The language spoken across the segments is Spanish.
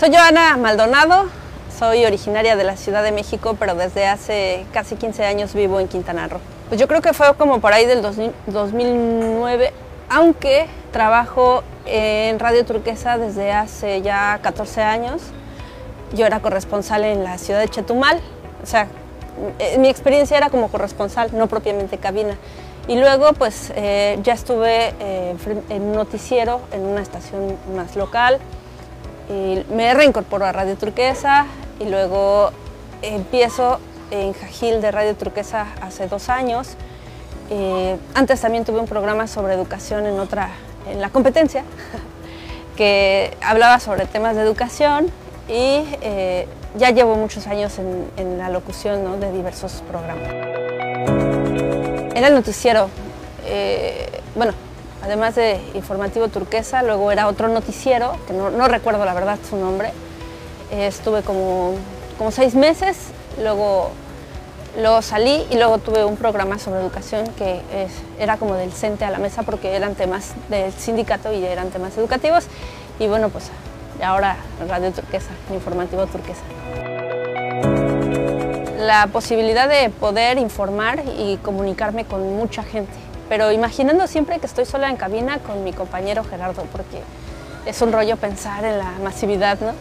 Soy Joana Maldonado, soy originaria de la Ciudad de México, pero desde hace casi 15 años vivo en Quintana Roo. Pues yo creo que fue como por ahí del 2009, aunque trabajo en Radio Turquesa desde hace ya 14 años. Yo era corresponsal en la ciudad de Chetumal, o sea, mi experiencia era como corresponsal, no propiamente cabina. Y luego pues ya estuve en un noticiero, en una estación más local, y me reincorporo a Radio Turquesa y luego empiezo en Jajil de Radio Turquesa hace 2 años. Antes también tuve un programa sobre educación en la competencia, que hablaba sobre temas de educación y ya llevo muchos años en la locución, ¿no?, de diversos programas. Era el noticiero, bueno, además de Informativo Turquesa, luego era otro noticiero, que no recuerdo la verdad su nombre. Estuve como 6 meses, luego salí y luego tuve un programa sobre educación que era como del CENTE a la mesa, porque eran temas del sindicato y eran temas educativos. Y bueno, pues ahora Radio Turquesa, Informativo Turquesa. La posibilidad de poder informar y comunicarme con mucha gente, pero imaginando siempre que estoy sola en cabina con mi compañero Gerardo, porque es un rollo pensar en la masividad, ¿no?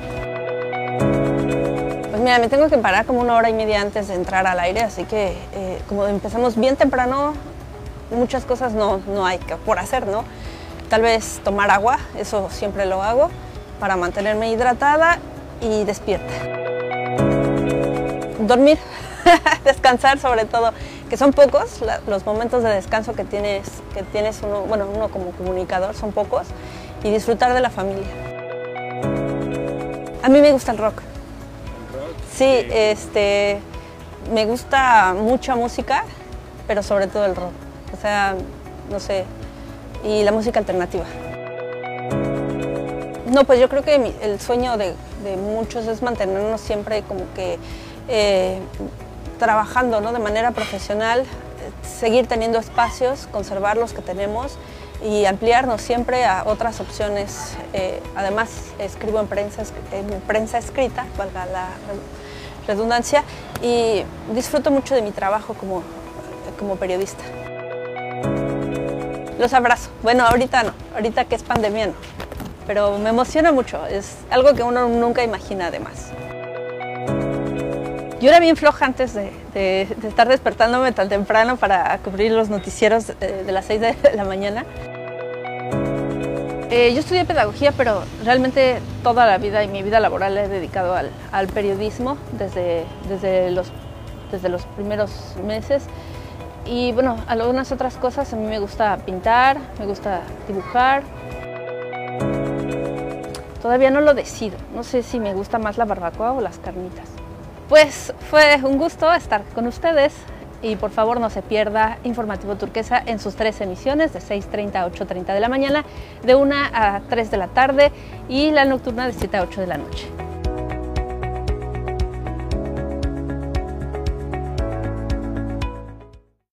Pues mira, me tengo que parar como 1 hora y media antes de entrar al aire, así que como empezamos bien temprano, muchas cosas no hay por hacer, ¿no? Tal vez tomar agua, eso siempre lo hago, para mantenerme hidratada y despierta. Dormir, descansar sobre todo, que son pocos los momentos de descanso que tienes uno, bueno, uno como comunicador, son pocos, y disfrutar de la familia. A mí me gusta el rock. Sí, me gusta mucha música, pero sobre todo el rock, o sea, no sé, y la música alternativa. No, pues yo creo que el sueño de muchos es mantenernos siempre como que trabajando, ¿no?, de manera profesional, seguir teniendo espacios, conservar los que tenemos y ampliarnos siempre a otras opciones. Además, escribo en prensa escrita, valga la redundancia, y disfruto mucho de mi trabajo como periodista. Los abrazo. Bueno, ahorita no, ahorita que es pandemia no, pero me emociona mucho, es algo que uno nunca imagina además. Yo era bien floja antes de estar despertándome tan temprano para cubrir los noticieros de las 6 de la mañana. Yo estudié pedagogía, pero realmente toda la vida y mi vida laboral la he dedicado al periodismo desde los primeros meses. Y bueno, algunas otras cosas, a mí me gusta pintar, me gusta dibujar. Todavía no lo decido, no sé si me gusta más la barbacoa o las carnitas. Pues fue un gusto estar con ustedes y por favor no se pierda Informativo Turquesa en sus 3 emisiones de 6:30 a 8:30 de la mañana, de 1 a 3 de la tarde y la nocturna de 7 a 8 de la noche.